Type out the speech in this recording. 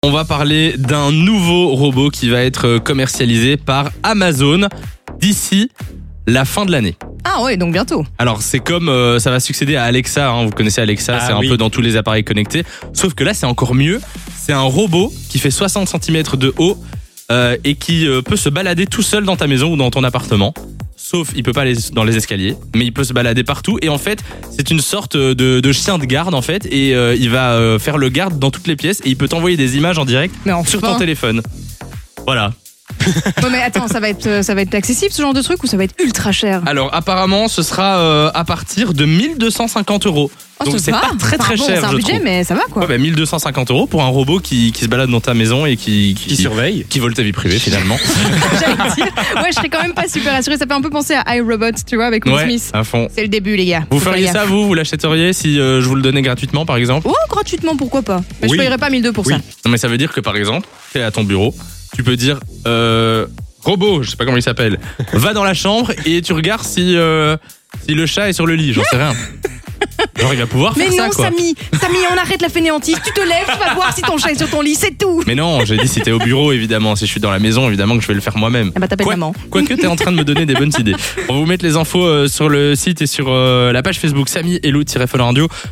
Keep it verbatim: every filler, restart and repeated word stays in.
On va parler d'un nouveau robot qui va être commercialisé par Amazon d'ici la fin de l'année. Ah ouais, donc bientôt. Alors c'est comme, euh, ça va succéder à Alexa, hein, vous connaissez Alexa, Ah c'est oui. un peu dans tous les appareils connectés. Sauf que là c'est encore mieux, c'est un robot qui fait soixante centimètres de haut euh, et qui euh, peut se balader tout seul dans ta maison ou dans ton appartement. Sauf il peut pas aller dans les escaliers, mais il peut se balader partout. Et en fait, c'est une sorte de, de chien de garde en fait, et euh, il va euh, faire le garde dans toutes les pièces et il peut t'envoyer des images en direct Mais enfin. sur ton téléphone. Voilà. Ouais, mais attends, ça va être, ça va être accessible ce genre de truc ou ça va être ultra cher? Alors apparemment, ce sera euh, à partir de mille deux cent cinquante euros. Oh, Donc ça c'est va. pas très très Enfin, bon, cher, c'est un je budget, trouve. mais ça va quoi. Ouais, bah, mille deux cent cinquante euros pour un robot qui, qui se balade dans ta maison et qui, Qui surveille. qui vole ta vie privée finalement. J'allais dire. Ouais, je serais quand même pas super assurée. Ça fait un peu penser à iRobot, tu vois, avec Will Ouais, Smith. à fond. C'est le début, les gars. Vous Faut feriez faire ça, gaffe. vous Vous l'achèteriez si euh, je vous le donnais gratuitement, par exemple? Oh, gratuitement, pourquoi pas? Mais Oui. je payerais pas mille deux pour Oui. ça. Non, mais ça veut dire que, par exemple, tu es à ton bureau, tu peux dire euh, robot, je sais pas comment il s'appelle, va dans la chambre et tu regardes si, euh, si le chat est sur le lit, j'en sais rien. Genre, il va pouvoir Mais faire non, ça, quoi. Samy, Samy, on arrête la fainéantise. Tu te lèves, tu vas voir si ton chat est sur ton lit, c'est tout. Mais non, j'ai dit si t'es au bureau, évidemment. Si je suis dans la maison, évidemment que je vais le faire moi-même. Ah bah t'appelles Quoi- maman. Quoique t'es en train de me donner des bonnes idées. On va vous mettre les infos euh, sur le site et sur euh, la page Facebook Samy et Lou-Radio.